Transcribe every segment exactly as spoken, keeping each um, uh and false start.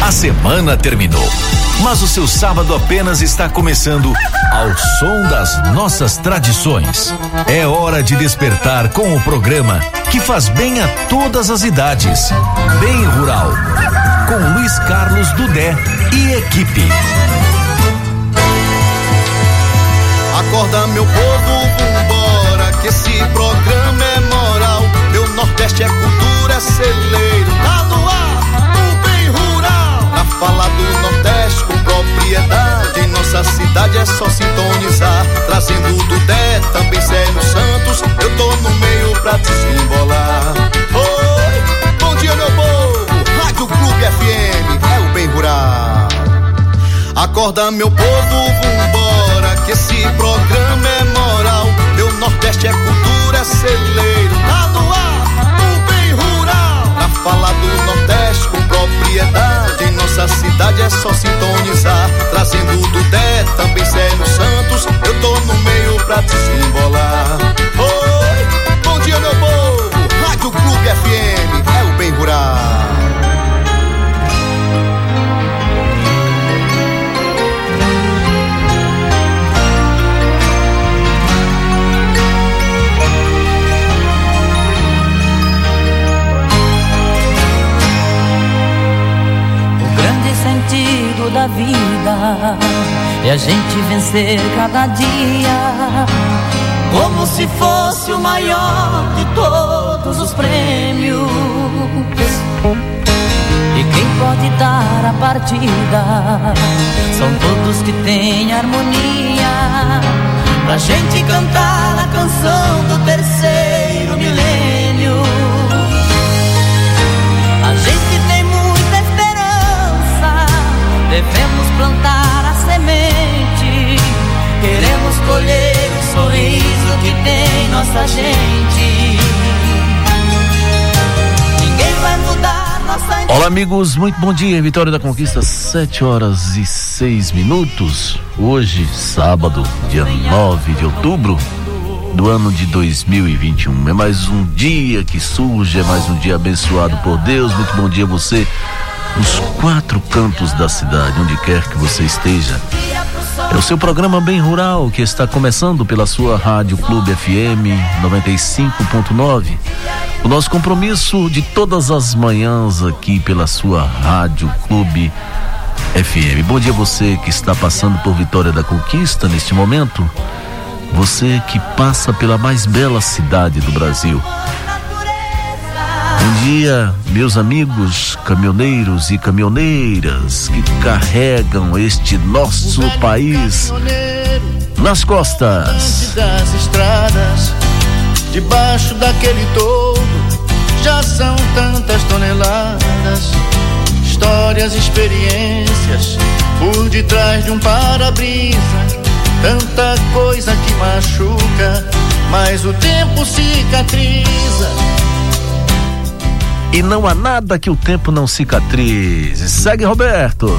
A semana terminou, mas o seu sábado apenas está começando ao som das nossas tradições. É hora de despertar com o programa que faz bem a todas as idades. Bem Rural, com Luiz Carlos Dudé e equipe. Acorda, meu povo, vambora, que esse programa é moral. Meu Nordeste é cultura, é celeiro, tá no ar, o Bem Rural. Pra falar do Nordeste com propriedade, em nossa cidade é só sintonizar. Trazendo o Dudé, também Célio Santos, eu tô no meio pra desembolar. Oi, bom dia, meu povo, Rádio Clube F M, é o Bem Rural. Acorda, meu povo, vambora, que esse programa é moral. Meu Nordeste é cultura, é celeiro, tá no ar, o Bem Rural. Pra falar do Nordeste com propriedade, em nossa cidade é só sintonizar. Trazendo o Dudé, também Célio Santos, eu tô no meio pra desembolar. Oi, bom dia, meu povo, Rádio Clube F M, é o Bem Rural. Sentido da vida é a gente vencer cada dia, como se fosse o maior de todos os prêmios. E quem pode dar a partida são todos que têm harmonia, pra gente cantar a canção do terceiro milênio. A gente tem muita esperança, devemos plantar a semente, queremos colher o sorriso que tem nossa gente. Ninguém vai mudar nossa... Olá, amigos, muito bom dia. Vitória da Conquista, sete horas e seis minutos. Hoje, sábado, dia nove de outubro do ano de dois mil e vinte e um. É mais um dia que surge, é mais um dia abençoado por Deus. Muito bom dia a você nos quatro cantos da cidade, onde quer que você esteja. É o seu programa Bem Rural, que está começando pela sua Rádio Clube F M noventa e cinco ponto nove. O nosso compromisso de todas as manhãs aqui pela sua Rádio Clube F M. Bom dia a você que está passando por Vitória da Conquista neste momento. Você que passa pela mais bela cidade do Brasil. Bom dia, meus amigos caminhoneiros e caminhoneiras que carregam este nosso país nas costas. Das estradas, debaixo daquele toldo, já são tantas toneladas. Histórias, experiências, por detrás de um para-brisa. Tanta coisa que machuca, mas o tempo cicatriza. E não há nada que o tempo não cicatrize. Segue, Roberto.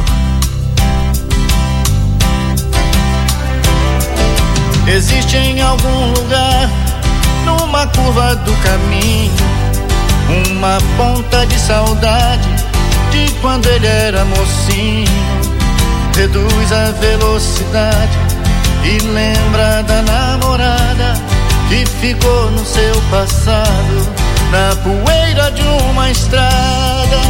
Existe em algum lugar, numa curva do caminho, uma ponta de saudade de quando ele era mocinho. Reduz a velocidade e lembra da namorada que ficou no seu passado, na poeira de uma estrada.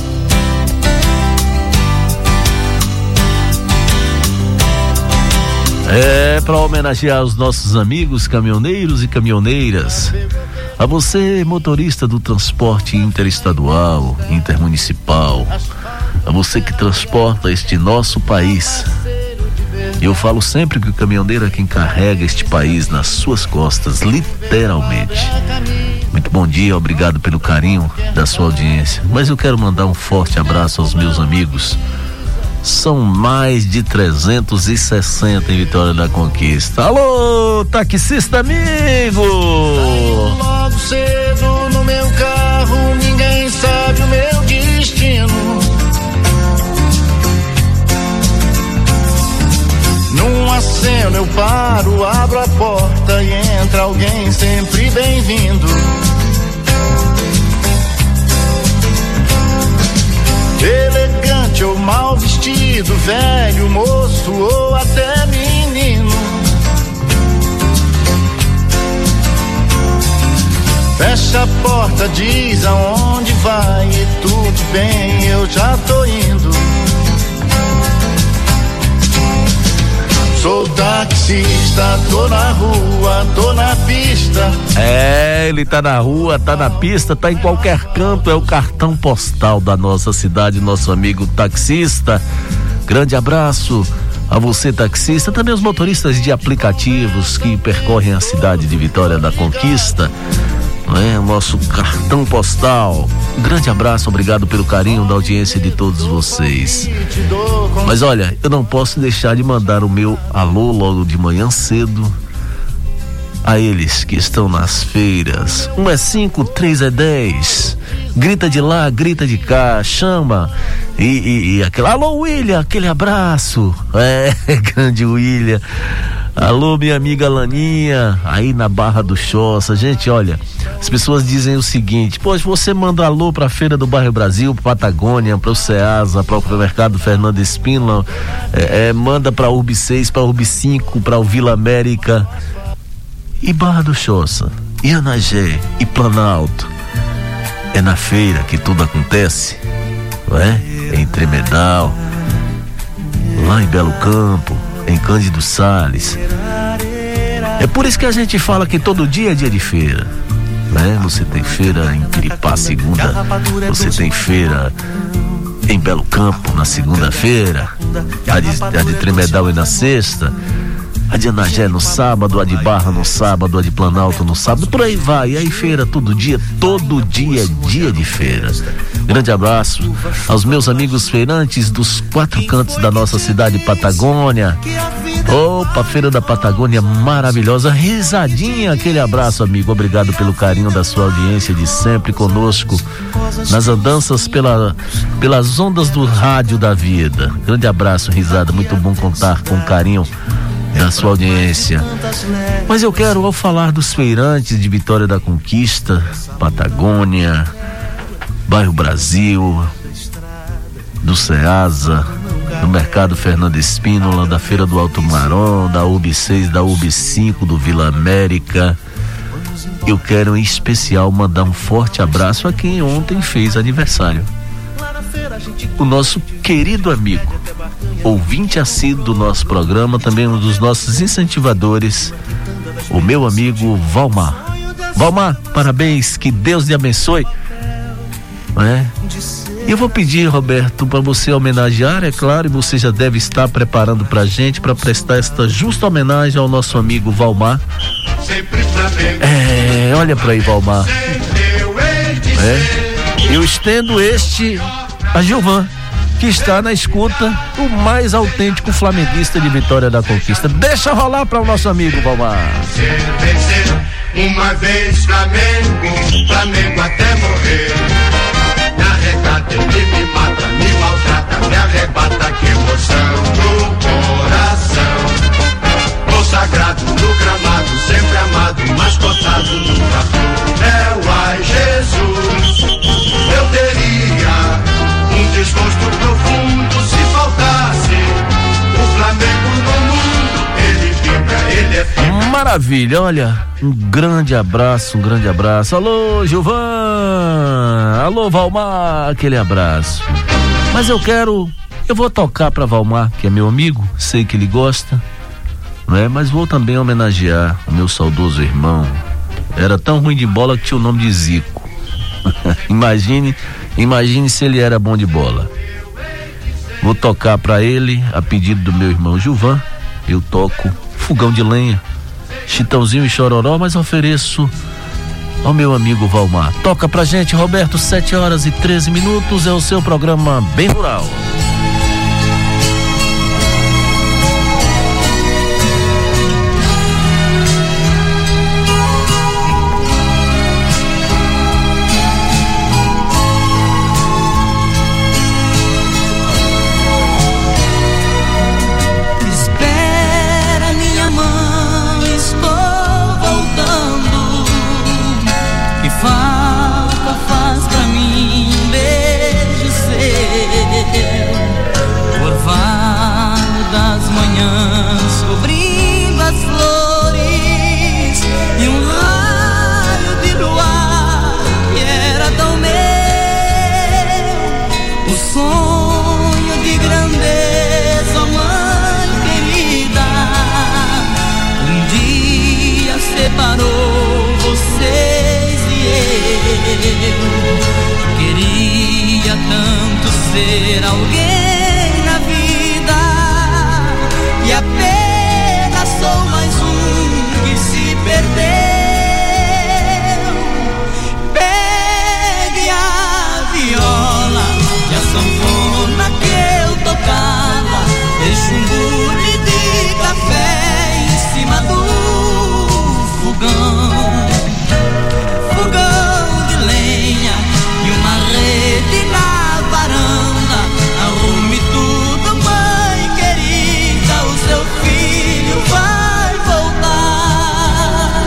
É para homenagear os nossos amigos caminhoneiros e caminhoneiras. A você, motorista do transporte interestadual, intermunicipal, a você que transporta este nosso país. Eu falo sempre que o caminhoneiro é quem carrega este país nas suas costas, literalmente. Muito bom dia, obrigado pelo carinho da sua audiência. Mas eu quero mandar um forte abraço aos meus amigos. São mais de trezentos e sessenta em Vitória da Conquista. Alô, taxista amigo! Logo cedo no meu carro, ninguém sabe o meu destino. Num aceno eu paro, abro a porta e entra alguém sempre bem-vindo. Elegante ou velho, moço ou até menino. Fecha a porta, diz aonde vai e tudo bem, eu já tô indo. Sou taxista, tô na rua, tô na pista. É, ele tá na rua, tá na pista, tá em qualquer canto, é o cartão postal da nossa cidade, nosso amigo taxista. Grande abraço a você, taxista, também os motoristas de aplicativos que percorrem a cidade de Vitória da Conquista. É, o nosso cartão postal. Um grande abraço, obrigado pelo carinho da audiência de todos vocês. Mas olha, eu não posso deixar de mandar o meu alô logo de manhã cedo a eles que estão nas feiras. Um é cinco, três é dez. Grita de lá, grita de cá, chama. E, e, e aquele, alô William, aquele abraço. É, grande William. Alô, minha amiga Laninha, aí na Barra do Choça. Gente, olha, as pessoas dizem o seguinte: poxa, você manda alô pra Feira do Bairro Brasil, pra Patagônia, pro Ceasa, pro Mercado Fernando Espínola, é, é, manda pra Urb seis, pra Urb cinco, pra o Vila América. E Barra do Choça, e Anagé, e Planalto. É na feira que tudo acontece, não é? Em Tremedal, lá em Belo Campo, em Cândido Sales. É por isso que a gente fala que todo dia é dia de feira, né? Você tem feira em Piripá segunda, você tem feira em Belo Campo na segunda-feira, a de, a de Tremedal é na sexta, a de Anagé no sábado, a de Barra no sábado, a de Planalto no sábado, por aí vai. E aí feira todo dia, todo dia é dia de feira. Grande abraço aos meus amigos feirantes dos quatro cantos da nossa cidade Patagônia. Opa, Feira da Patagônia maravilhosa, risadinha, aquele abraço, amigo, obrigado pelo carinho da sua audiência de sempre conosco nas andanças pela, pelas ondas do rádio da vida. Grande abraço, risada, muito bom contar com o carinho da sua audiência. Mas eu quero, ao falar dos feirantes de Vitória da Conquista, Patagônia, Bairro Brasil, do Ceasa, do Mercado Fernando Espínola, da Feira do Alto Marom, da Urb seis, da Urb cinco, do Vila América, eu quero em especial mandar um forte abraço a quem ontem fez aniversário. O nosso querido amigo, ouvinte assíduo do nosso programa, também um dos nossos incentivadores, o meu amigo Valmar. Valmar, parabéns, que Deus te abençoe. É. E eu vou pedir, Roberto, para você homenagear, é claro, e você já deve estar preparando pra gente para prestar esta justa homenagem ao nosso amigo Valmar. É, olha pra aí, Valmar. É. Eu estendo este a Gilvan, que está na escuta, o mais autêntico flamenguista de Vitória da Conquista. Deixa rolar para o nosso amigo Valmar. Uma vez Flamengo, Flamengo até morrer. Me arrecata, ele me mata, me maltrata, me arrebata, que emoção no coração. Consagrado no gramado, sempre amado, mascotado nunca foi. É o ai Jesus, eu teria um desgosto profundo se faltasse o Flamengo no mundo. Ele vibra, ele é fibra. Maravilha, olha, um grande abraço, um grande abraço. Alô, Gilvan, alô, Valmar, aquele abraço. Mas eu quero, eu vou tocar pra Valmar, que é meu amigo, sei que ele gosta, não é? Mas vou também homenagear o meu saudoso irmão. Era tão ruim de bola que tinha o nome de Zico. Imagine, imagine se ele era bom de bola. Vou tocar pra ele, a pedido do meu irmão Gilvan, eu toco Fogão de Lenha, Chitãozinho e Chororó, mas ofereço ao meu amigo Valmar. Toca pra gente, Roberto, sete horas e treze minutos, é o seu programa Bem Rural. Falta faz pra mim um beijo seu. Queria tanto ser alguém na vida e apenas sou mais um que se perdeu. Pegue a viola e a sanfona que eu tocava, deixe um bule de café em cima do fogão. Fogão de lenha e uma rede na varanda. Arrume tudo, mãe querida, o seu filho vai voltar.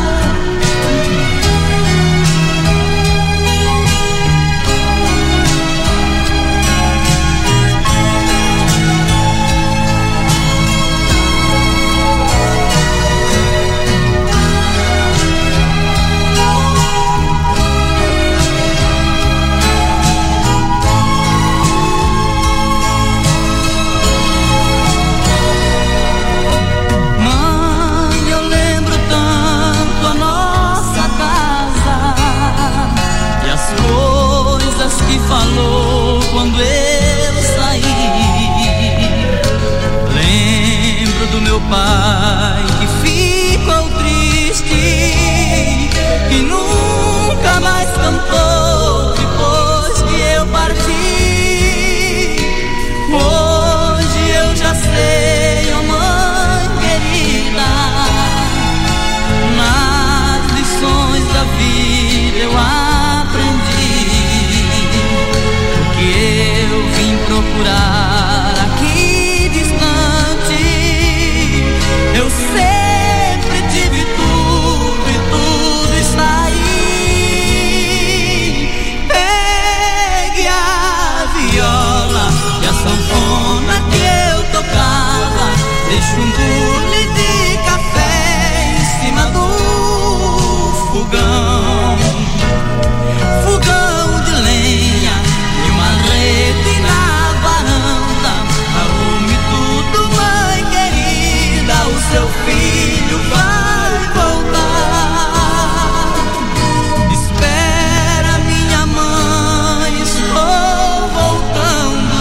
Falou quando eu saí. Lembro do meu pai que ficou triste e nunca mais cantou depois que eu parti. Hoje eu já sei, oh mãe querida, nas lições da vida eu aprendi. Eu vim procurar aqui distante. Eu sempre tive tudo e tudo está aí. Pegue a viola e a sanfona que eu tocava, deixe um bule de café em cima do fogão. Fogão de lenha e uma rede na varanda. Arrume tudo, mãe querida, o seu filho vai voltar. Espera, minha mãe, estou voltando.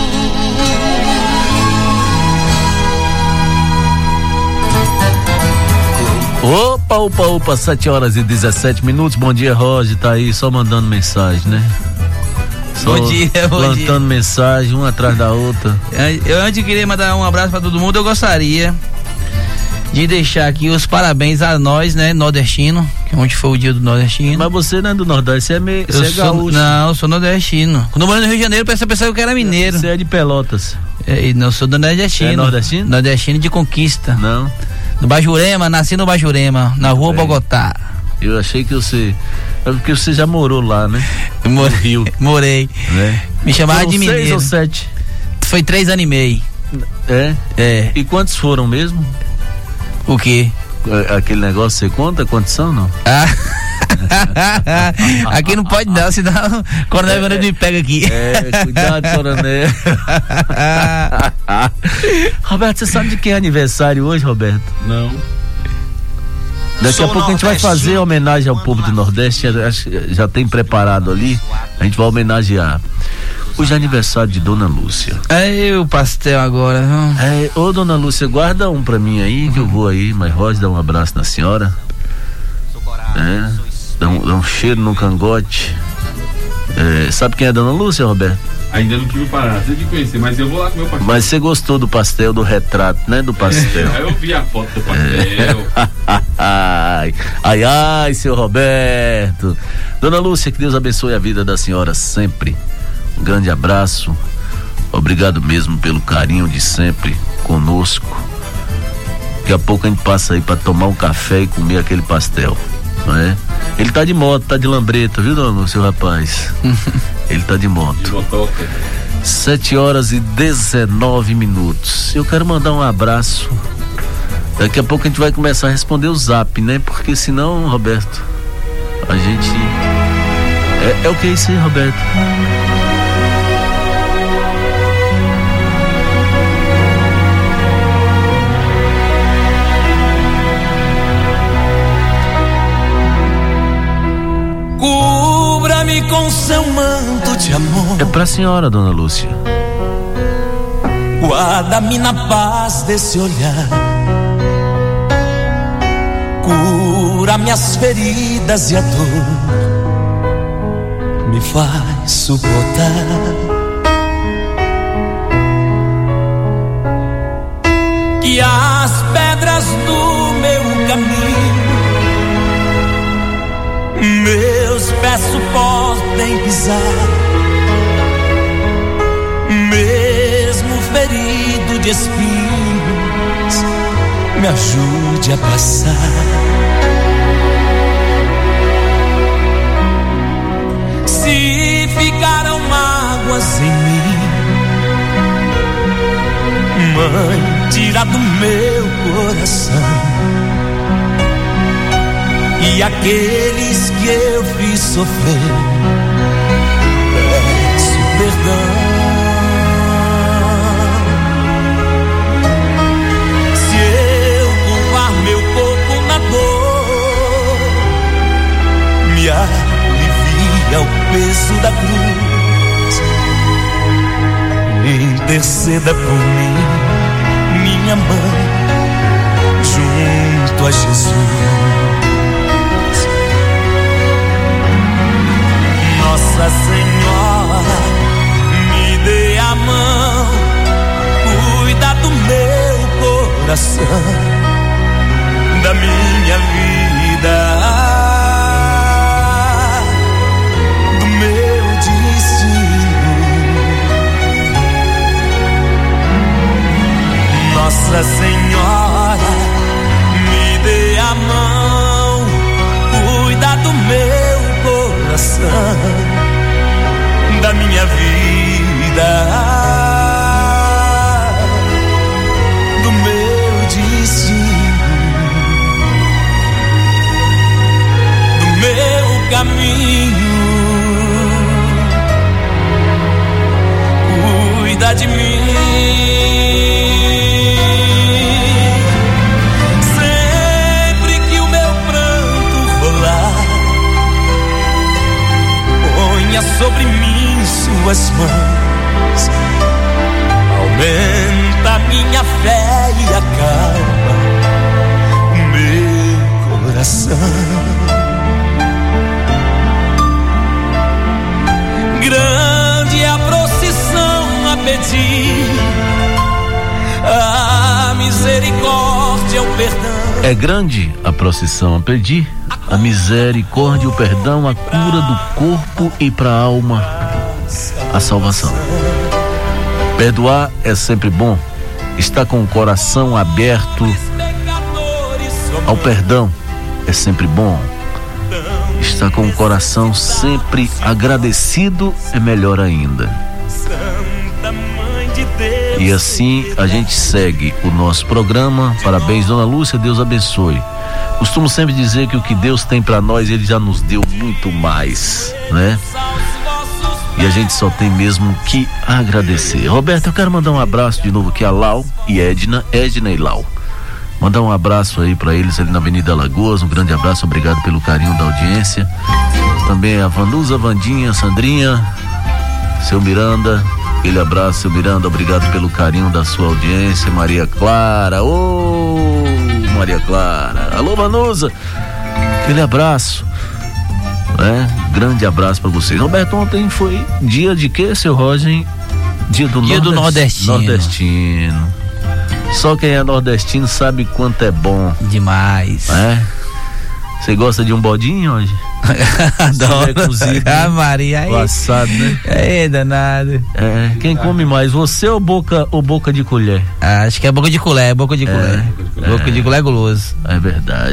Opa, opa, opa, sete horas e dezessete minutos. Bom dia, Roger, tá aí só mandando mensagem, né? Só bom dia, bom plantando dia. mensagem, uma atrás da outra. Eu antes queria mandar um abraço pra todo mundo. Eu gostaria de deixar aqui os parabéns a nós, né, nordestino, que ontem foi o dia do nordestino. Mas você não é do Nordeste, você é, meio, eu você é sou, gaúcho. Não, eu sou nordestino. Quando eu morei no Rio de Janeiro, pensa pensava que eu era mineiro. Você é de Pelotas. É, não, eu sou do nordestino. É nordestino? Nordestino de Conquista. Não. No Bajurema, nasci no Bajurema, na rua Bem, Bogotá. Eu achei que você... É porque você já morou lá, né? Eu morei, no Rio. Morei. Né? Me chamava Foram de mineiro. seis ou sete? Foi três anos e meio. É? É. E quantos foram mesmo? O quê? Aquele negócio, você conta quantos são, não? Ah. Aqui não pode não, senão o coronel Evandro é, me pega aqui. É, cuidado, coronel. Roberto, você sabe de quem é aniversário hoje, Roberto? Não. Daqui Sou a pouco a gente vai fazer homenagem ao povo do Nordeste. Acho que já tem preparado ali. A gente vai homenagear. Hoje é aniversário de Dona Lúcia. É o pastel agora. Hum. É, ô Dona Lúcia, guarda um pra mim aí, que eu vou aí. Mas Rosa, dá um abraço na senhora. É, dá, um, dá um cheiro no cangote. É, sabe quem é Dona Lúcia, Roberto? Ainda não tive parar, você de conhecer, mas eu vou lá comer o pastel. Mas você gostou do pastel, do retrato, né? Do pastel. É, eu vi a foto do pastel. É. Ai, ai, ai, seu Roberto. Dona Lúcia, que Deus abençoe a vida da senhora sempre. Um grande abraço. Obrigado mesmo pelo carinho de sempre conosco. Daqui a pouco a gente passa aí pra tomar um café e comer aquele pastel, não é? Ele tá de moto, tá de lambreta, viu, dona Lúcia, rapaz? Ele tá de moto. De motoca. sete horas e dezenove minutos. Eu quero mandar um abraço. Daqui a pouco a gente vai começar a responder o zap, né? Porque senão, Roberto, a gente... É, é o que é isso aí, Roberto? de amor. É pra senhora, dona Lúcia. Guarda-me na paz desse olhar, cura minhas feridas e a dor me faz suportar. Que as pedras do meu caminho meus pés suportem pisar, mesmo ferido de espinhos, me ajude a passar. Se ficaram mágoas em mim, Mãe, tira do meu coração. E aqueles que eu fiz sofrer, peço perdão. Se eu curvar meu corpo na dor, me alivia o peso da cruz. Interceda por mim, minha mãe, junto a Jesus. Nossa Senhora, me dê a mão, cuida do meu coração, da minha vida, do meu destino. Nossa Senhora, me dê a mão, cuida do meu coração, da minha vida, do meu destino, do meu caminho. Cuida de mim. Sempre que o meu pranto rolar, ponha sobre mim suas mãos, aumenta minha fé e acalma o meu coração. Grande é a procissão a pedir, a misericórdia, o perdão. É grande a procissão a pedir, a misericórdia, o perdão, a cura do corpo e para a alma, a salvação. Perdoar é sempre bom. Estar com o coração aberto ao perdão é sempre bom. Estar com o coração sempre agradecido é melhor ainda. E assim a gente segue o nosso programa. Parabéns, dona Lúcia, Deus abençoe. Costumo sempre dizer que o que Deus tem para nós, Ele já nos deu muito mais, né? E a gente só tem mesmo que agradecer. Roberto, eu quero mandar um abraço de novo aqui a Lau e Edna, Edna e Lau. Mandar um abraço aí para eles ali na Avenida Alagoas, um grande abraço, obrigado pelo carinho da audiência. Também a Vanusa, Vandinha, Sandrinha, seu Miranda, aquele abraço, seu Miranda, obrigado pelo carinho da sua audiência. Maria Clara, ô oh, Maria Clara, alô Vanusa, aquele abraço, né? Grande abraço para vocês. Roberto, ontem foi dia de quê, seu Roger? Dia do, dia do nordestino. nordestino. Nordestino. Só quem é nordestino sabe quanto é bom. Demais. É? Você gosta de um bodinho hoje? Adoro. É cozido, ah, Maria, aí. Assado, né? É, danado. É, quem come mais, você ou boca, ou boca de colher? Ah, acho que é boca de colher, boca de colher. É, boca é. de colher é guloso. É verdade.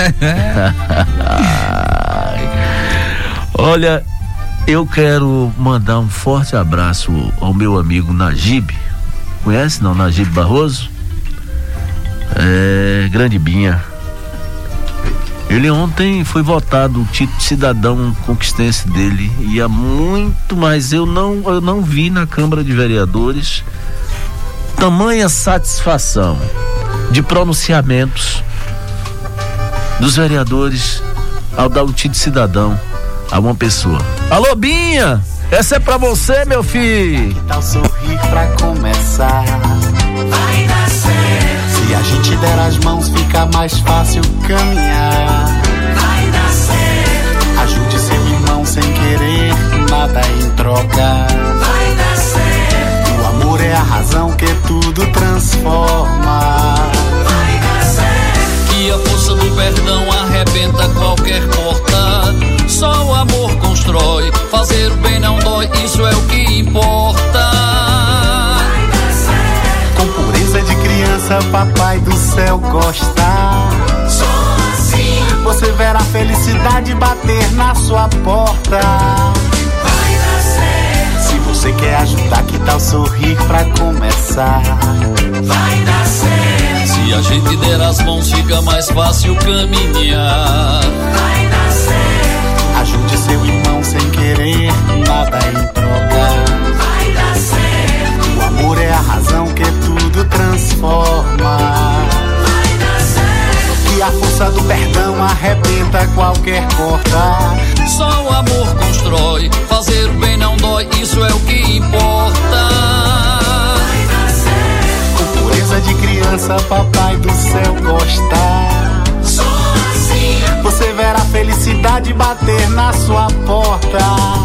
Olha, eu quero mandar um forte abraço ao meu amigo Najib. Conhece não, Najib Barroso? É, grande Binha. Ele ontem foi votado o título de cidadão conquistense dele, e há muito, mas eu não, eu não vi na Câmara de Vereadores tamanha satisfação de pronunciamentos dos vereadores ao dar o título de cidadão a uma pessoa. Alô, Binha, essa é pra você, meu filho. Que tal sorrir pra começar? Vai dar certo. Se a gente der as mãos, fica mais fácil caminhar. Vai dar certo. Ajude seu irmão sem querer nada em troca. Vai dar certo. O amor é a razão que tudo transforma. Vai dar certo. Que a força do perdão arrebenta qualquer porta. Só o amor constrói. Fazer o bem não dói, isso é o que importa. Vai dar certo. Com pureza de criança, papai do céu gosta. Só assim você verá a felicidade bater na sua porta. vai dar certo. Se você quer ajudar, que tal sorrir pra começar? Vai dar certo. Se a gente der as mãos, fica mais fácil caminhar. Vai dar certo. Ajude seu irmão sem querer nada em troca. Vai dar certo. O amor é a razão que tudo transforma. Vai dar certo. E a força do perdão arrebenta qualquer porta. Só o amor constrói. Fazer o bem não dói, isso é o que importa. Vai dar certo. Com pureza de criança, papai do céu gosta. Só assim Você verá a felicidade bater na sua porta.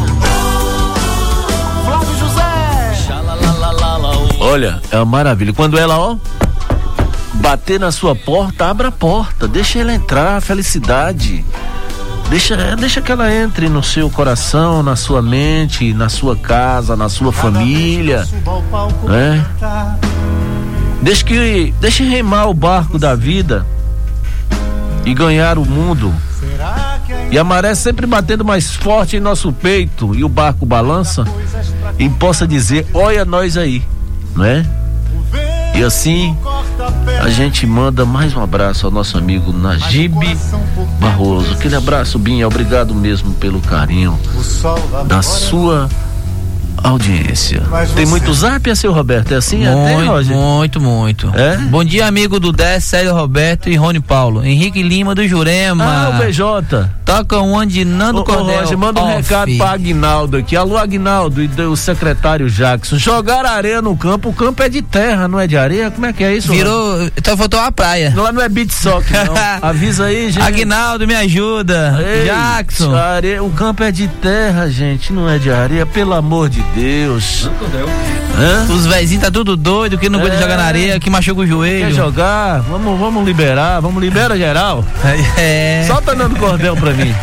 Flávio José. Olha, é uma maravilha. Quando ela, ó, bater na sua porta, abra a porta, deixa ela entrar, felicidade. Deixa, deixa que ela entre no seu coração, na sua mente, na sua casa, na sua família, né? Deixa que, deixa remar o barco da vida e ganhar o mundo. E a maré sempre batendo mais forte em nosso peito e o barco balança e possa dizer, olha nós aí, não é? E assim a gente manda mais um abraço ao nosso amigo Najib Barroso. Aquele abraço, Binha, obrigado mesmo pelo carinho da sua audiência. Tem muito zap, é, seu Roberto? É assim até, Muito, Roger? muito, muito. É? Bom dia, amigo do dez, Célio Roberto e Rony Paulo. Henrique Lima do Jurema. Ah, o B J. Toca um ano de Nando Ô, ô, Cordel. Roger, manda um Off. recado pra Aguinaldo aqui. Alô, Aguinaldo e do secretário Jackson. Jogar areia no campo, o campo é de terra, não é de areia? Como é que é isso? Virou, então faltou a praia. Lá não é beach soccer, não. Avisa aí, gente. Aguinaldo, me ajuda. Ei, Jackson. a areia, o campo é de terra, gente, não é de areia, pelo amor de Deus. Hã? Os vezinhos tá tudo doido, que não É. gosta de jogar na areia, que machuca o joelho. Quer jogar? Vamos, vamos liberar, vamos liberar geral. É. Solta Nando Cordel pra mim.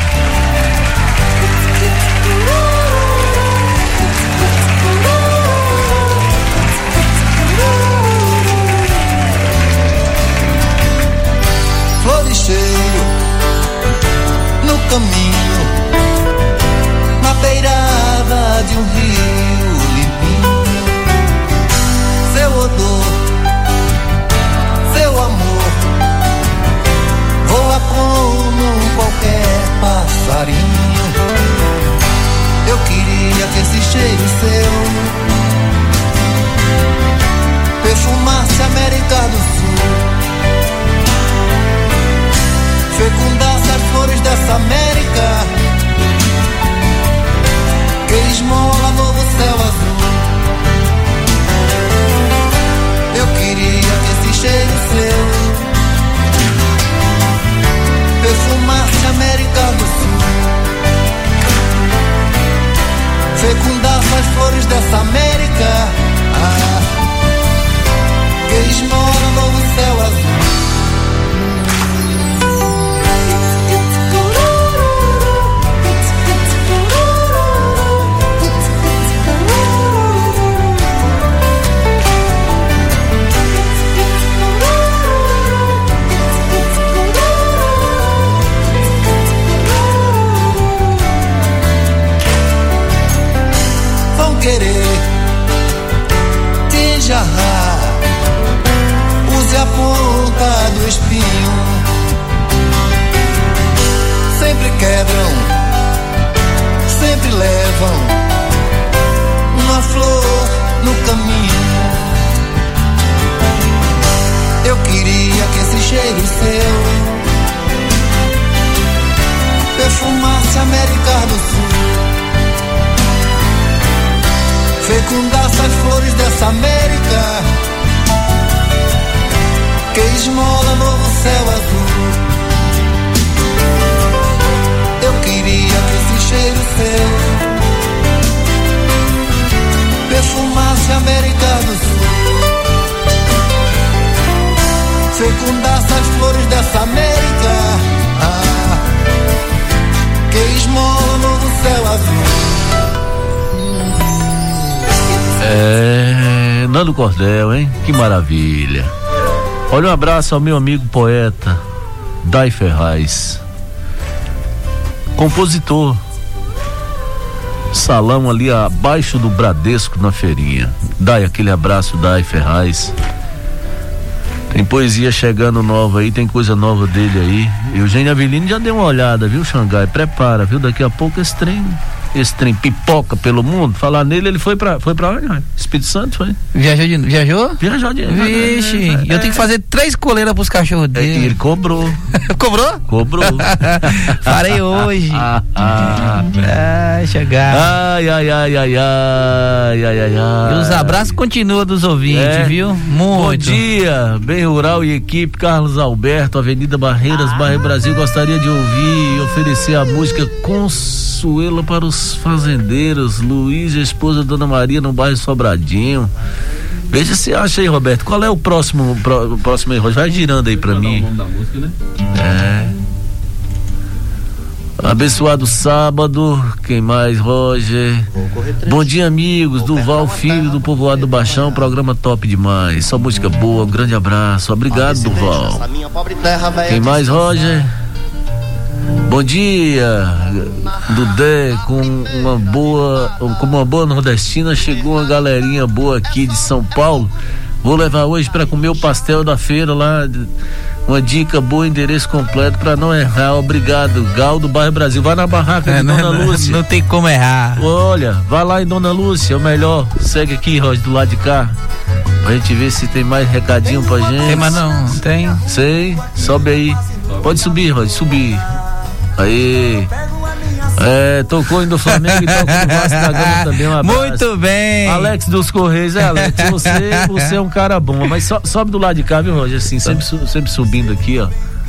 Floricheiro no caminho, na beirada de um rio limpinho. Seu odor, seu amor, voa como qualquer passarinho. Eu queria que esse cheiro seu perfumasse a América do Sul, fecundasse as flores dessa América que esmola novo céu azul. Eu queria que esse cheiro seu perfumasse a América do Sul, fecundasse as flores dessa América ah, que esmola novo céu azul. Querer te enjarrar, use a ponta do espinho. Sempre quebram, sempre levam uma flor no caminho. Eu queria que esse cheiro seu perfumasse a América Nando Cordel, hein? Que maravilha. Olha, um abraço ao meu amigo poeta Dai Ferraz, compositor, salão ali abaixo do Bradesco na feirinha. Dai, aquele abraço, Dai Ferraz. Tem poesia chegando nova aí, tem coisa nova dele aí. Eugênio Avelino já deu uma olhada, viu, Xangai? Prepara, viu? Daqui a pouco esse trem, esse trem pipoca pelo mundo. Falar nele, ele foi pra, foi pra onde? Espírito Santo, foi? Viajou de Viajou? Viajou de Vixe, é, é, eu tenho que fazer três coleiras pros cachorros dele. É, ele cobrou. Cobrou? Cobrou. Farei hoje. Ah, ah, ah, chegar. Ai, ai, ai, ai, ai, ai, ai, ai. E os abraços continuam dos ouvintes, é. viu? Muito. Bom dia, Bem Rural e equipe, Carlos Alberto, Avenida Barreiras, ah. Bairro Brasil. Gostaria de ouvir e oferecer a música Consuelo para os fazendeiros. Luiz, a esposa da Dona Maria, no bairro Sobradinho. Veja se acha aí, Roberto. Qual é o próximo, pro, próximo aí, Roger? Vai girando aí pra mim. O nome da música, né? É. Abençoado sábado. Quem mais, Roger? Bom dia, amigos. Duval Filho, do Povoado do Baixão. Programa top demais. Só música boa. Um grande abraço. Obrigado, Duval. Quem mais, Roger? Bom dia, Dudé, com uma boa, com uma boa nordestina, chegou uma galerinha boa aqui de São Paulo. Vou levar hoje para comer o pastel da feira lá. Uma dica boa, endereço completo para não errar. Obrigado, Gal do Bairro Brasil. Vai na barraca é, de Dona não, Lúcia. Não tem como errar. Olha, vai lá em Dona Lúcia, é o melhor. Segue aqui, Roger, do lado de cá. Pra gente ver se tem mais recadinho pra gente. Tem, mas não, tem. Sei, sobe aí. Pode subir, Roger, subir. Aí, é, tocou indo do Flamengo e toca no Vasco da Gama também, um abraço. Muito bem. Alex dos Correios, é, Alex, você, você é um cara bom, mas so, sobe do lado de cá, viu, Roger, assim, sempre, sempre subindo aqui, ó.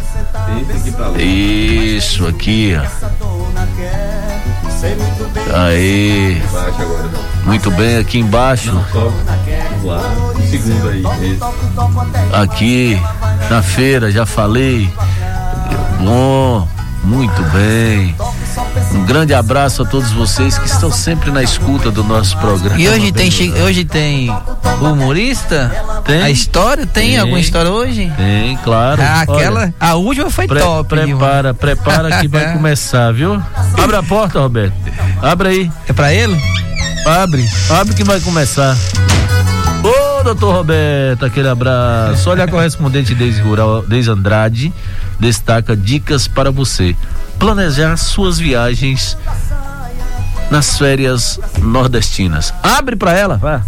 Isso, aqui, ó. Aí, muito bem, aqui embaixo. Segundo aí. Aqui, na feira, já falei. Bom. Muito bem. Um grande abraço a todos vocês que estão sempre na escuta do nosso programa. E hoje tem, hoje tem humorista? Tem. A história? Tem, tem alguma história hoje? Tem, claro. Ah, aquela, olha, a última foi pre, top. Prepara, mano. prepara que vai começar, viu? Abre a porta, Roberto. Abre aí. É pra ele? Abre, abre que vai começar. Ô, doutor Roberto, aquele abraço. Olha, a correspondente Deise Rural, Deise Andrade, destaca dicas para você planejar suas viagens nas férias nordestinas. Abre pra ela, vá.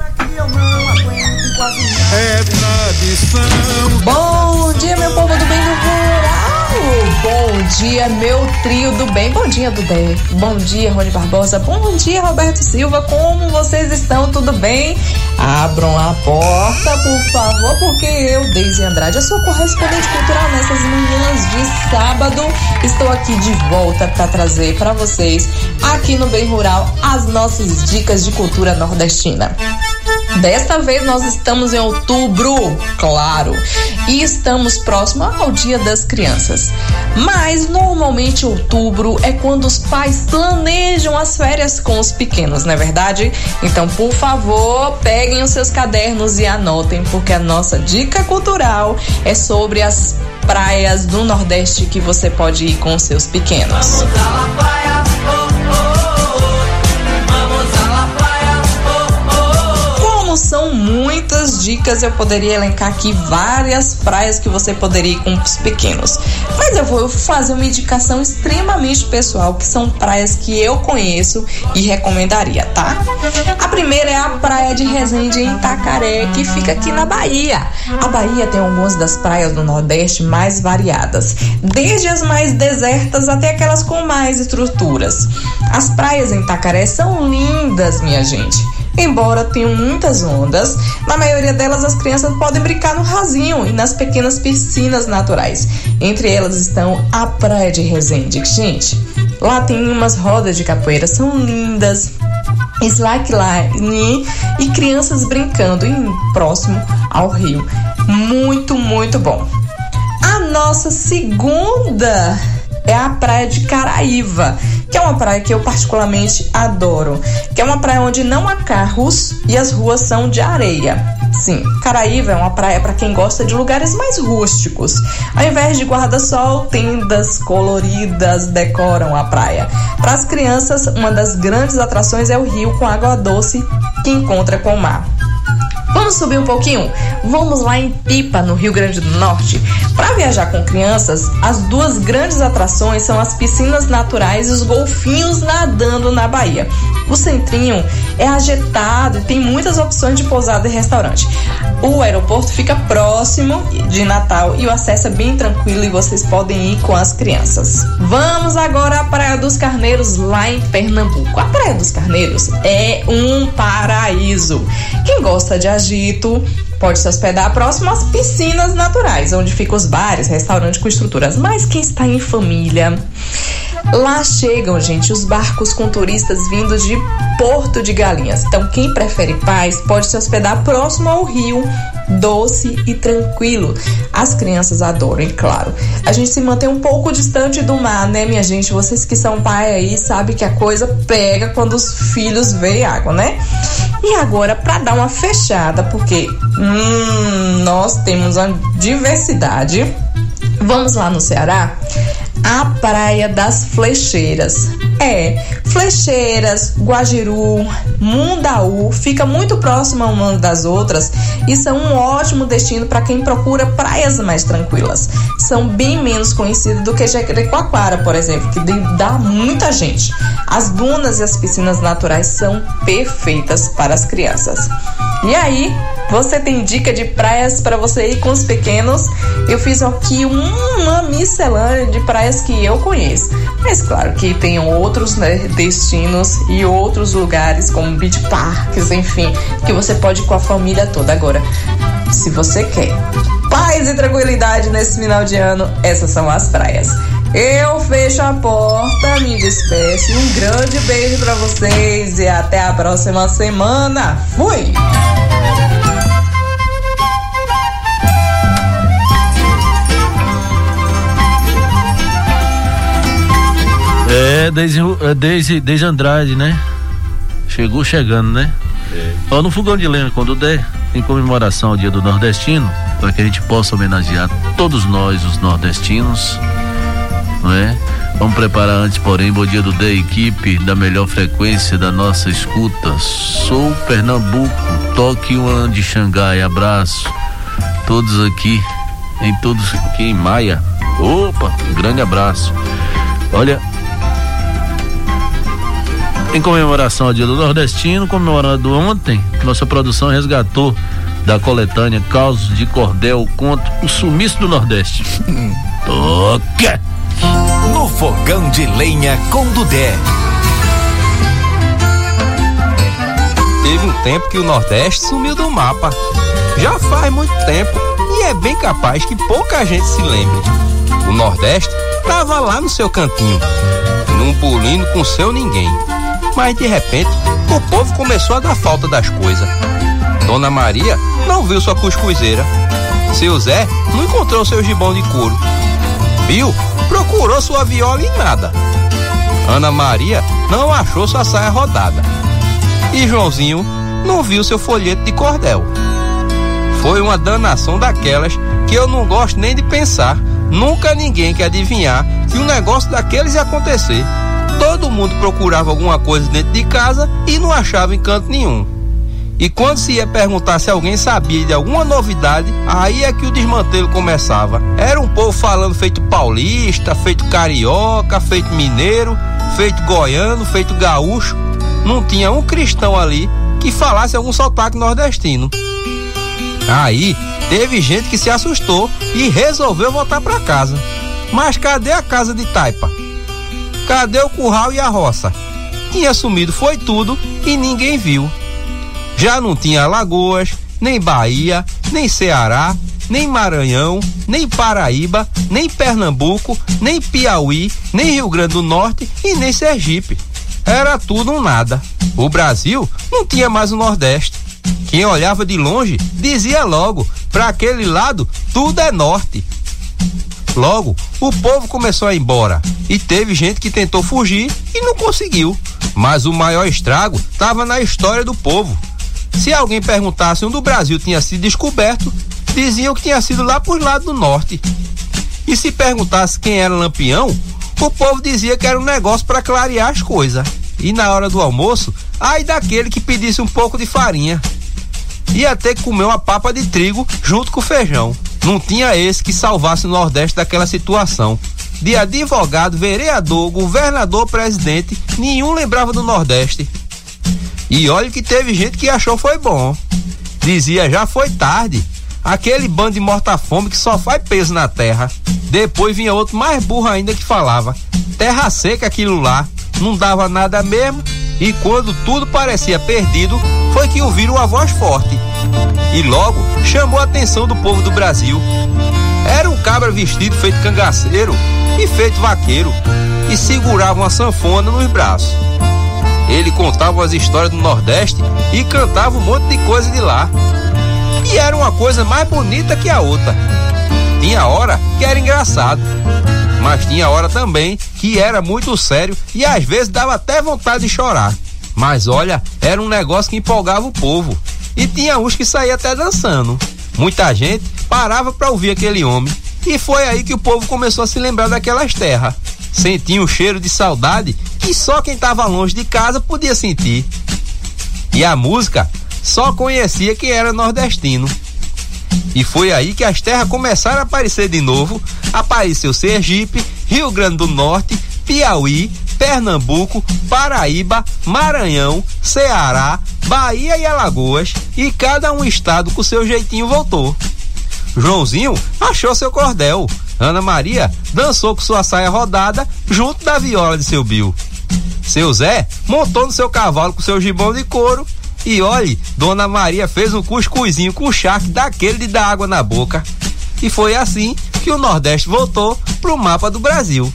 É tradição. Bom dia, meu povo do bem do rural. Bom dia, meu trio do bem. Bom dia, Dudé. Bom dia, Rony Barbosa. Bom dia, Roberto Silva. Como vocês estão? Tudo bem? Abram a porta, por favor, porque eu, Deise Andrade, eu sou correspondente cultural nessas manhãs de sábado. Estou aqui de volta para trazer para vocês, aqui no Bem Rural, as nossas dicas de cultura nordestina. Desta vez nós estamos em outubro, claro, e estamos próximo ao Dia das Crianças. Mas normalmente outubro é quando os pais planejam as férias com os pequenos, não é verdade? Então, por favor, peguem os seus cadernos e anotem, porque a nossa dica cultural é sobre as praias do Nordeste que você pode ir com os seus pequenos. Vamos à la praia, oh, oh, oh. Vamos à la praia, oh, oh. Como são muitas dicas, eu poderia elencar aqui várias praias que você poderia ir com os pequenos. Mas eu vou fazer uma indicação extremamente pessoal, que são praias que eu conheço e recomendaria, tá? A primeira é a Praia de Resende, em Itacaré, que fica aqui na Bahia. A Bahia tem algumas das praias do Nordeste mais variadas, desde as mais desertas até aquelas com mais estruturas. As praias em Itacaré são lindas, minha gente. Embora tenham muitas ondas, na maioria delas as crianças podem brincar no rasinho e nas pequenas piscinas naturais. Entre elas estão a Praia de Resende. Gente, lá tem umas rodas de capoeira, são lindas, slackline e crianças brincando em, próximo ao rio. Muito, muito bom. A nossa segunda é a praia de Caraíva, que é uma praia que eu particularmente adoro, que é uma praia onde não há carros e as ruas são de areia. Sim, Caraíva é uma praia para quem gosta de lugares mais rústicos. Ao invés de guarda-sol, tendas coloridas decoram a praia. Para as crianças, uma das grandes atrações é o rio com água doce que encontra com o mar. Vamos subir um pouquinho? Vamos lá em Pipa, no Rio Grande do Norte. Para viajar com crianças, as duas grandes atrações são as piscinas naturais e os golfinhos nadando na Bahia. O centrinho é agitado e tem muitas opções de pousada e restaurante. O aeroporto fica próximo de Natal e o acesso é bem tranquilo e vocês podem ir com as crianças. Vamos agora à Praia dos Carneiros, lá em Pernambuco. A Praia dos Carneiros é um paraíso. Quem gosta de agito pode se hospedar próximo às piscinas naturais, onde ficam os bares, restaurantes com estruturas. Mas quem está em família, lá chegam, gente, os barcos com turistas vindos de Porto de Galinhas. Então, quem prefere paz pode se hospedar próximo ao rio, doce e tranquilo. As crianças adoram, e claro, a gente se mantém um pouco distante do mar, né, minha gente? Vocês que são pai aí sabem que a coisa pega quando os filhos veem água, né? E agora, para dar uma fechada, porque hum, nós temos uma diversidade, vamos lá no Ceará, a Praia das Flecheiras. É, Flecheiras, Guajiru, Mundaú, fica muito próximo uma das outras e são um ótimo destino para quem procura praias mais tranquilas. São bem menos conhecidas do que Jacarecoacoara, por exemplo, que dá muita gente. As dunas e as piscinas naturais são perfeitas para as crianças. E aí, você tem dica de praias para você ir com os pequenos? Eu fiz aqui uma miscelânea de praias que eu conheço. Mas claro que tem outros, né, destinos e outros lugares como beach parks, enfim, que você pode ir com a família toda. Agora, se você quer paz e tranquilidade nesse final de ano, essas são as praias. Eu fecho a porta, me despeço. Um grande beijo para vocês e até a próxima semana. Fui! É, desde, desde, desde Andrade, né? Chegou chegando, né? É. Ó, no fogão de lenha, quando der, em comemoração ao Dia do Nordestino, para que a gente possa homenagear todos nós, os nordestinos, não é? Vamos preparar antes, porém, bom dia do D, equipe da melhor frequência da nossa escuta. Sou Pernambuco, toque um de Xangai, abraço. Todos aqui, em todos aqui em Maia. Opa, um grande abraço. Olha, em comemoração ao Dia do Nordestino, comemorado ontem, nossa produção resgatou da coletânea Causos de Cordel, conto O Sumiço do Nordeste. Toca! No fogão de lenha com Dudé. Teve um tempo que o Nordeste sumiu do mapa. Já faz muito tempo e é bem capaz que pouca gente se lembre. O Nordeste tava lá no seu cantinho, num pulinho com seu ninguém. Mas de repente, o povo começou a dar falta das coisas. Dona Maria não viu sua cuscuzeira. Seu Zé não encontrou seu gibão de couro. Bill procurou sua viola e nada. Ana Maria não achou sua saia rodada. E Joãozinho não viu seu folheto de cordel. Foi uma danação daquelas que eu não gosto nem de pensar. Nunca ninguém quer adivinhar que um negócio daqueles ia acontecer. Todo mundo procurava alguma coisa dentro de casa e não achava em canto nenhum. E quando se ia perguntar se alguém sabia de alguma novidade, aí é que o desmantelo começava. Era um povo falando feito paulista, feito carioca, feito mineiro, feito goiano, feito gaúcho. Não tinha um cristão ali que falasse algum sotaque nordestino. Aí teve gente que se assustou e resolveu voltar para casa. Mas cadê a casa de taipa? Cadê o curral e a roça? Tinha sumido foi tudo e ninguém viu. Já não tinha Alagoas, nem Bahia, nem Ceará, nem Maranhão, nem Paraíba, nem Pernambuco, nem Piauí, nem Rio Grande do Norte e nem Sergipe. Era tudo um nada. O Brasil não tinha mais o Nordeste. Quem olhava de longe dizia logo, para aquele lado tudo é norte. Logo, o povo começou a ir embora e teve gente que tentou fugir e não conseguiu. Mas o maior estrago estava na história do povo. Se alguém perguntasse onde o Brasil tinha sido descoberto, diziam que tinha sido lá por lado do norte. E se perguntasse quem era Lampião, o povo dizia que era um negócio para clarear as coisas. E na hora do almoço, ai daquele que pedisse um pouco de farinha. Ia ter que comer uma papa de trigo junto com o feijão. Não tinha esse que salvasse o Nordeste daquela situação. De advogado, vereador, governador, presidente, nenhum lembrava do Nordeste. E olha que teve gente que achou foi bom. Dizia, já foi tarde. Aquele bando de morta-fome que só faz peso na terra. Depois vinha outro mais burro ainda que falava, terra seca aquilo lá, não dava nada mesmo. E quando tudo parecia perdido, foi que ouviram uma voz forte. E logo chamou a atenção do povo do Brasil. Era um cabra vestido feito cangaceiro e feito vaqueiro, e segurava uma sanfona nos braços. Ele contava as histórias do Nordeste e cantava um monte de coisa de lá. E era uma coisa mais bonita que a outra. Tinha hora que era engraçado, mas tinha hora também que era muito sério e às vezes dava até vontade de chorar. Mas olha, era um negócio que empolgava o povo. E tinha uns que saíam até dançando. Muita gente parava para ouvir aquele homem. E foi aí que o povo começou a se lembrar daquelas terras. Sentia um cheiro de saudade que só quem estava longe de casa podia sentir. E a música só conhecia quem era nordestino. E foi aí que as terras começaram a aparecer de novo. Apareceu Sergipe, Rio Grande do Norte, Piauí, Pernambuco, Paraíba, Maranhão, Ceará, Bahia e Alagoas. E cada um estado com seu jeitinho voltou. Joãozinho achou seu cordel. Ana Maria dançou com sua saia rodada junto da viola de seu Bill. Seu Zé montou no seu cavalo com seu gibão de couro. E olhe, Dona Maria fez um cuscuzinho com charque daquele de dar água na boca. E foi assim que o Nordeste voltou pro mapa do Brasil.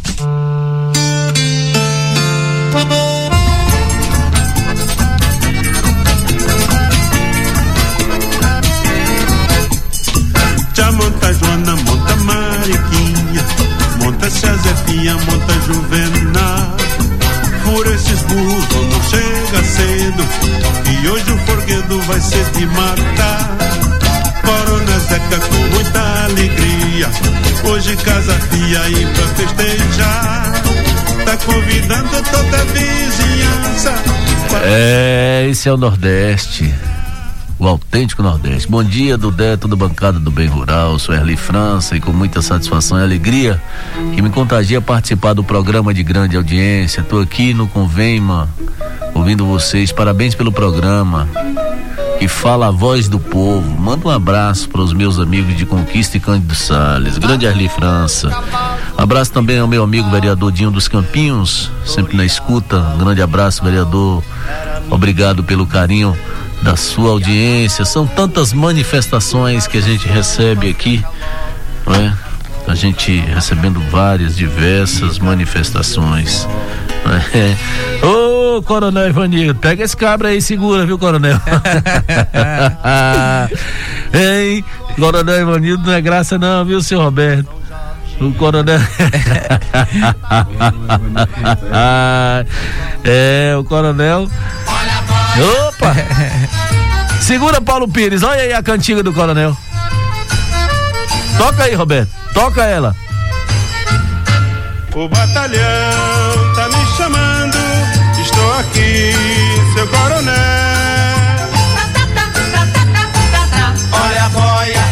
Já monta Joana, monta Mariquinha, monta Zefinha, monta Juvenal. Por esses burros não chega cedo, e hoje o forguedo vai ser de matar. Corona Zeca com muita alegria, hoje casa fia aí pra festejar. Tá convidando toda a vizinhança. É, esse é o Nordeste, o autêntico Nordeste. Bom dia, Dudé, toda bancada do Bem Rural. Sou Erli França e com muita satisfação e alegria que me contagia participar do programa de grande audiência. Tô aqui no Convema ouvindo vocês. Parabéns pelo programa que fala a voz do povo. Manda um abraço para os meus amigos de Conquista e Cândido Salles. Grande Erli França. Abraço também ao meu amigo vereador Dinho dos Campinhos, sempre na escuta. Um grande abraço, vereador. Obrigado pelo carinho da sua audiência. São tantas manifestações que a gente recebe aqui, não é? A gente recebendo várias, diversas manifestações. É. Ô, Coronel Ivanildo, pega esse cabra aí e segura, viu, Coronel? Ei, Coronel Ivanildo não é graça não, viu, seu Roberto? O Coronel é, o Coronel. Opa! Segura, Paulo Pires, olha aí a cantiga do Coronel. Toca aí, Roberto, toca ela. O batalhão tá me chamando, estou aqui, seu coronel. Olha a boia,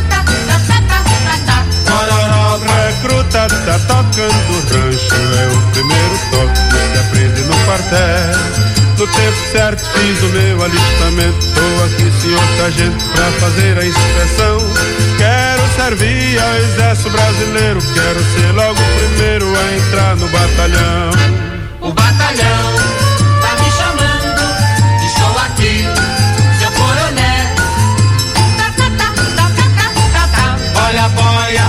Cororó, recruta tá tocando rancho, é o primeiro toque que se aprende no quartel. No tempo certo fiz o meu alistamento, tô aqui, senhor sargento, pra fazer a inspeção. Quero servir ao exército brasileiro, quero ser logo o primeiro a entrar no batalhão. O batalhão tá me chamando, estou aqui, seu coronel. Olha a boia,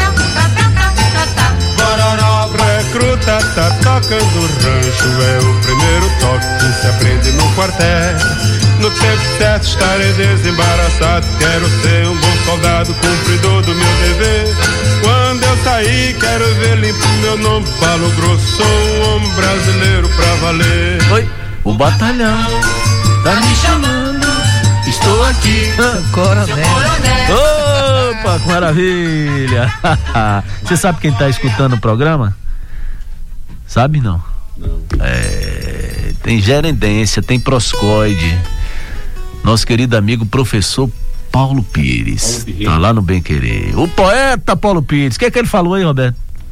Bororó, recruta tá tocando rancho, é o primeiro toque que se aprende no quartel. No tempo certo estarei desembaraçado, quero ser um bom soldado, cumpridor do meu dever. Quando eu sair aí, quero ver limpando, eu não falo grosso, sou um homem brasileiro pra valer. Oi, o batalhão tá me chamando, estou aqui, coronel. Opa, que maravilha. Você sabe quem tá escutando o programa? Sabe não? Não. É, tem gerendência, tem proscoide. Nosso querido amigo professor Paulo Pires, Paulo tá lá no Bem Querer. O poeta Paulo Pires, o que é que ele falou aí, Roberto?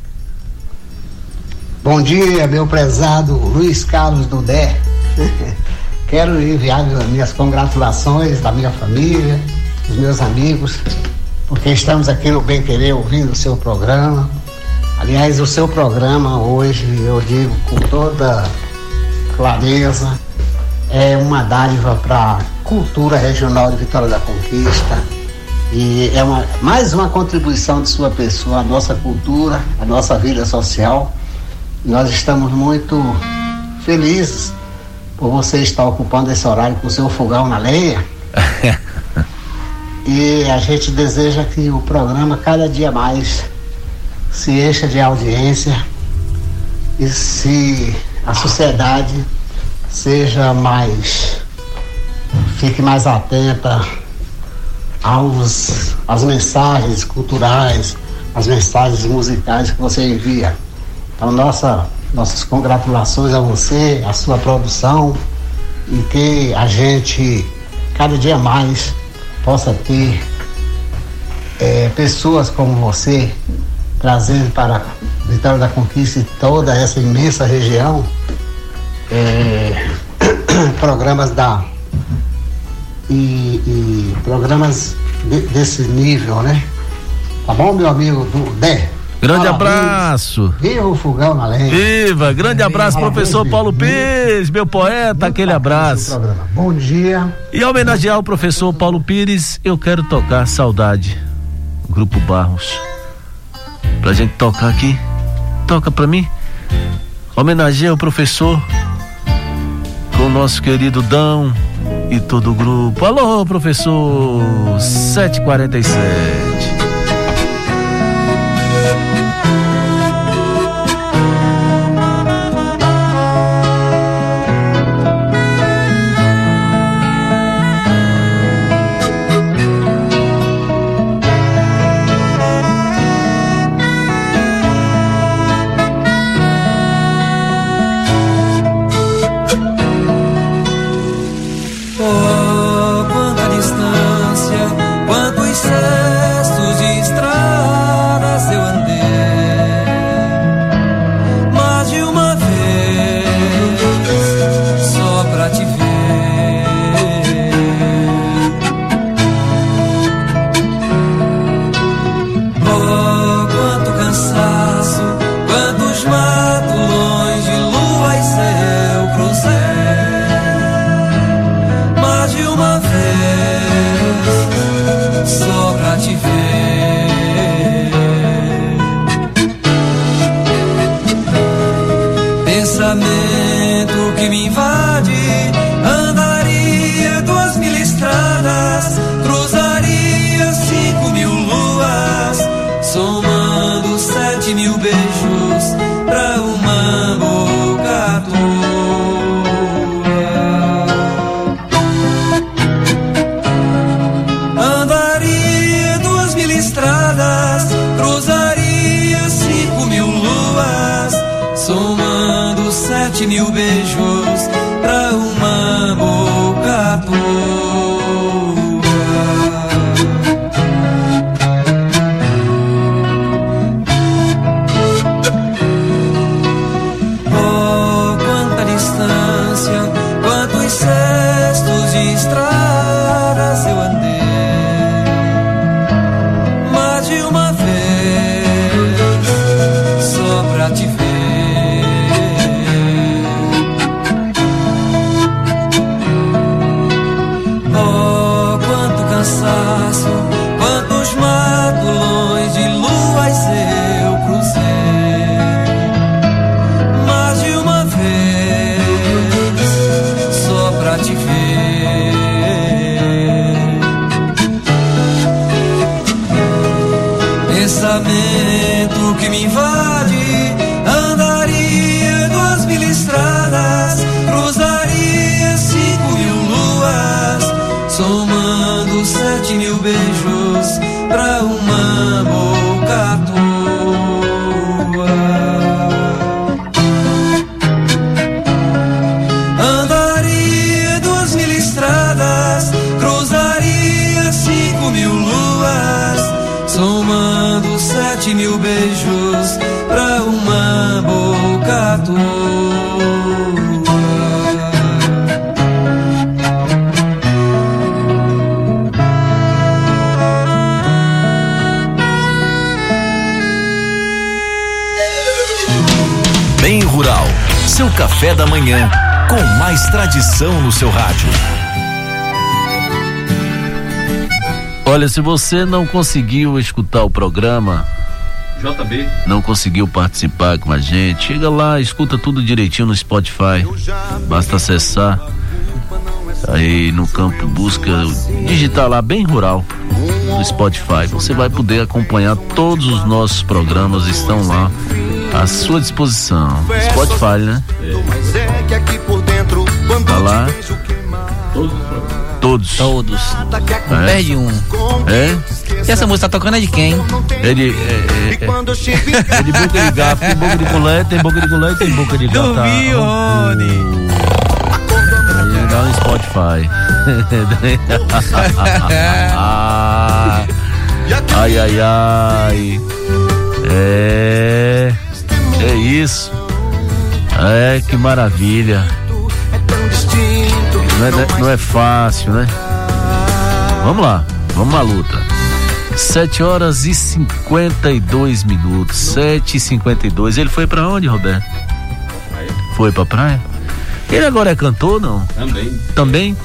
Bom dia, meu prezado Luiz Carlos Dudé. Quero enviar minhas congratulações da minha família, dos meus amigos, porque estamos aqui no Bem Querer ouvindo o seu programa. Aliás, o seu programa hoje, eu digo com toda clareza, é uma dádiva para a cultura regional de Vitória da Conquista e é uma, mais uma contribuição de sua pessoa à nossa cultura, à nossa vida social. Nós estamos muito felizes por você estar ocupando esse horário com o seu fogão na lenha. E a gente deseja que o programa cada dia mais se encha de audiência e se a sociedade seja mais, fique mais atenta aos, às mensagens culturais, às mensagens musicais que você envia. Então, nossa, nossas congratulações a você, a sua produção, e que a gente, cada dia mais, possa ter é, pessoas como você, trazendo para Vitória da Conquista e toda essa imensa região, é, programas da e, e programas de, desse nível, né? Tá bom, meu amigo do Dé? Grande abraço. Viva o fogão na lenha. Viva, grande abraço, professor Paulo Pires, meu poeta, aquele abraço. Bom dia. E homenagear o professor Paulo Pires, eu quero tocar Saudade, Grupo Barros. Pra gente tocar aqui, toca pra mim. Homenageia o professor com o nosso querido Dão e todo o grupo. Alô, professor, sete e quarenta e sete. lamento que me invade. Andaria duas mil estradas, cruzaria cinco mil luas, somando sete mil beijos pra uma boca tua. Andaria duas mil estradas, cruzaria cinco mil luas, somando sete mil beijos pra uma boca tua. Bem Rural, seu café da manhã, com mais tradição no seu rádio. Olha, se você não conseguiu escutar o programa, J B, não conseguiu participar com a gente, chega lá, escuta tudo direitinho no Spotify. Basta acessar aí no campo busca, digitar lá Bem Rural no Spotify. Você vai poder acompanhar todos os nossos programas, estão lá à sua disposição. Spotify, né? Tá lá. Todos. Todos. Não É. perde um. É? E essa música tá tocando é de quem? É de, é, é, é de boca de garfo, tem boca de colete, tem boca de colete, tem boca de garfo. Do Rio, Rony. Aí dá no Spotify. Ah, ai, ai, ai. É. É isso. É, que maravilha. Não é, não é fácil, né? Vamos lá, vamos à luta. sete horas e cinquenta e dois minutos. sete e cinquenta e dois. Ele foi pra onde, Roberto? Foi pra praia? Ele agora é cantor, não? Também. Também?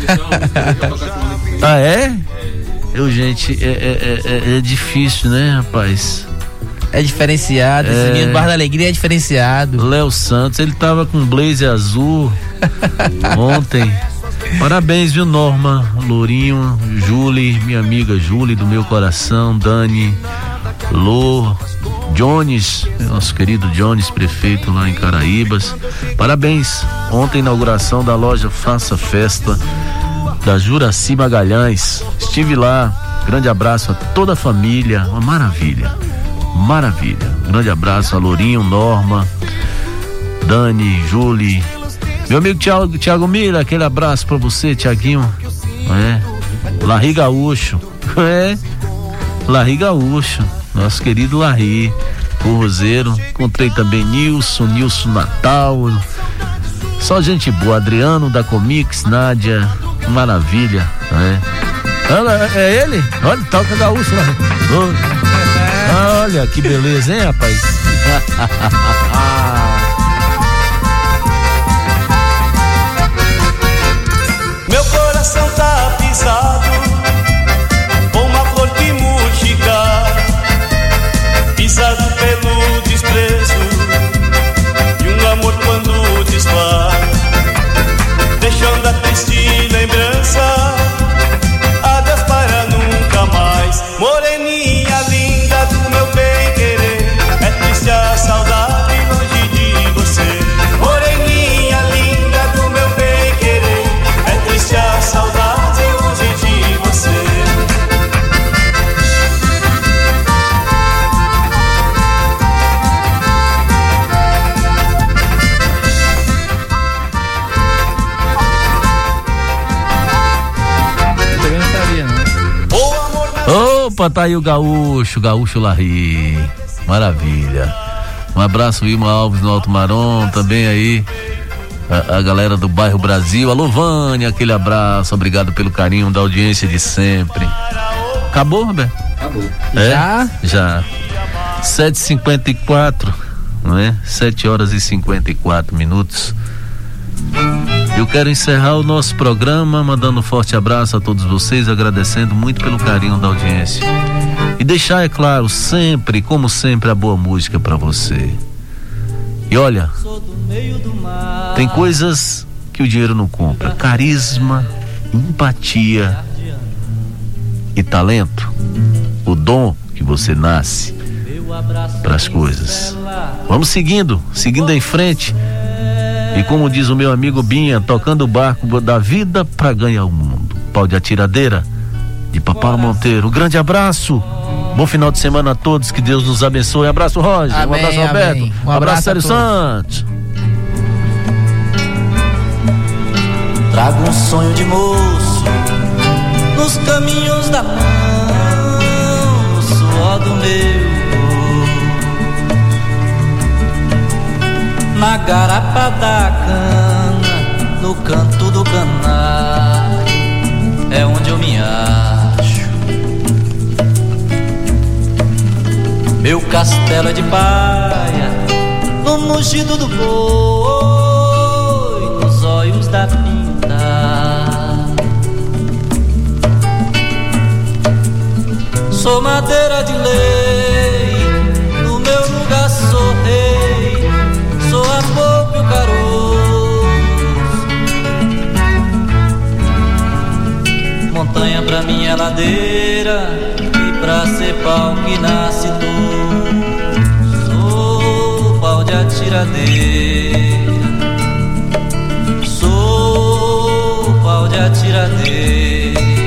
Ah, é? Eu, gente, é, é, é, é difícil, né, rapaz? É diferenciado, esse É. menino Bar da Alegria é diferenciado. Léo Santos, ele tava com blazer azul ontem. Parabéns, viu, Norma, Lourinho, Julie, minha amiga Julie do meu coração, Dani, Lô, Jones, nosso querido Jones, prefeito lá em Caraíbas. Parabéns. Ontem, inauguração da loja Faça Festa da Juraci Magalhães. Estive lá. Grande abraço a toda a família. Uma maravilha. Maravilha. Grande abraço a Lourinho, Norma, Dani, Julie. Meu amigo Thiago, Thiago Mira, aquele abraço pra você, Thiaguinho. É. Larry Gaúcho. É. Larry Gaúcho. Nosso querido Larry. Forrozeiro. Encontrei também Nilson, Nilson Natal. Só gente boa. Adriano da Comix, Nádia. Maravilha. É. Olha, é ele? Olha, toca Gaúcho lá. Oh. Olha que beleza, hein, rapaz? Meu coração tá pisado com uma flor de música, pisado pelo desprezo e um amor quando desfaz, deixando a triste lembrança. Adeus para nunca mais, moreninha linda do meu bem querer. É triste a saudade longe de você, moreninha linda do meu bem querer. É triste a saudade longe de você. Opa, tá aí o Gaúcho, Gaúcho Larry. Maravilha. Um abraço, Wilma Alves no Alto Marom, também aí a, a galera do bairro Brasil. Alô, Vânia, aquele abraço, obrigado pelo carinho da audiência de sempre. Acabou, Roberto? Acabou. É? Já? Já. sete e cinquenta e quatro, não é? sete horas e cinquenta e quatro minutos. Eu quero encerrar o nosso programa mandando um forte abraço a todos vocês, agradecendo muito pelo carinho da audiência. E deixar, é claro, sempre, como sempre, a boa música pra você. E olha, tem coisas que o dinheiro não compra: carisma, empatia e talento. O dom que você nasce para as coisas. Vamos seguindo, seguindo em frente. E como diz o meu amigo Binha, tocando o barco da vida para ganhar o mundo. Pau de atiradeira de Paparo Monteiro. Um grande abraço. Bom final de semana a todos, que Deus nos abençoe. Abraço, Roger. Amém, um abraço, Roberto. Amém. Um Um abraço, abraço Sérgio Santos. Trago um sonho de moço nos caminhos da mão, no suor do meu corpo, na garapa da cana, no canto do canário, é onde eu me acho. Meu castelo é de baia, no mugido do boi, nos olhos da pinta. Sou madeira de lei, no meu lugar sou rei, sou a polpa e o caroço. Montanha pra mim é ladeira, e pra ser pau que nasce tu, sou pau de atiradeira, sou pau de atiradeira.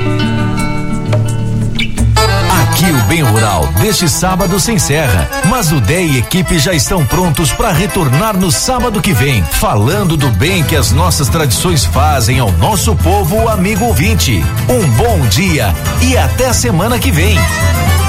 Aqui o Bem Rural deste sábado se encerra, mas o Dé e equipe já estão prontos para retornar no sábado que vem, falando do bem que as nossas tradições fazem ao nosso povo amigo ouvinte. Um bom dia e até semana que vem.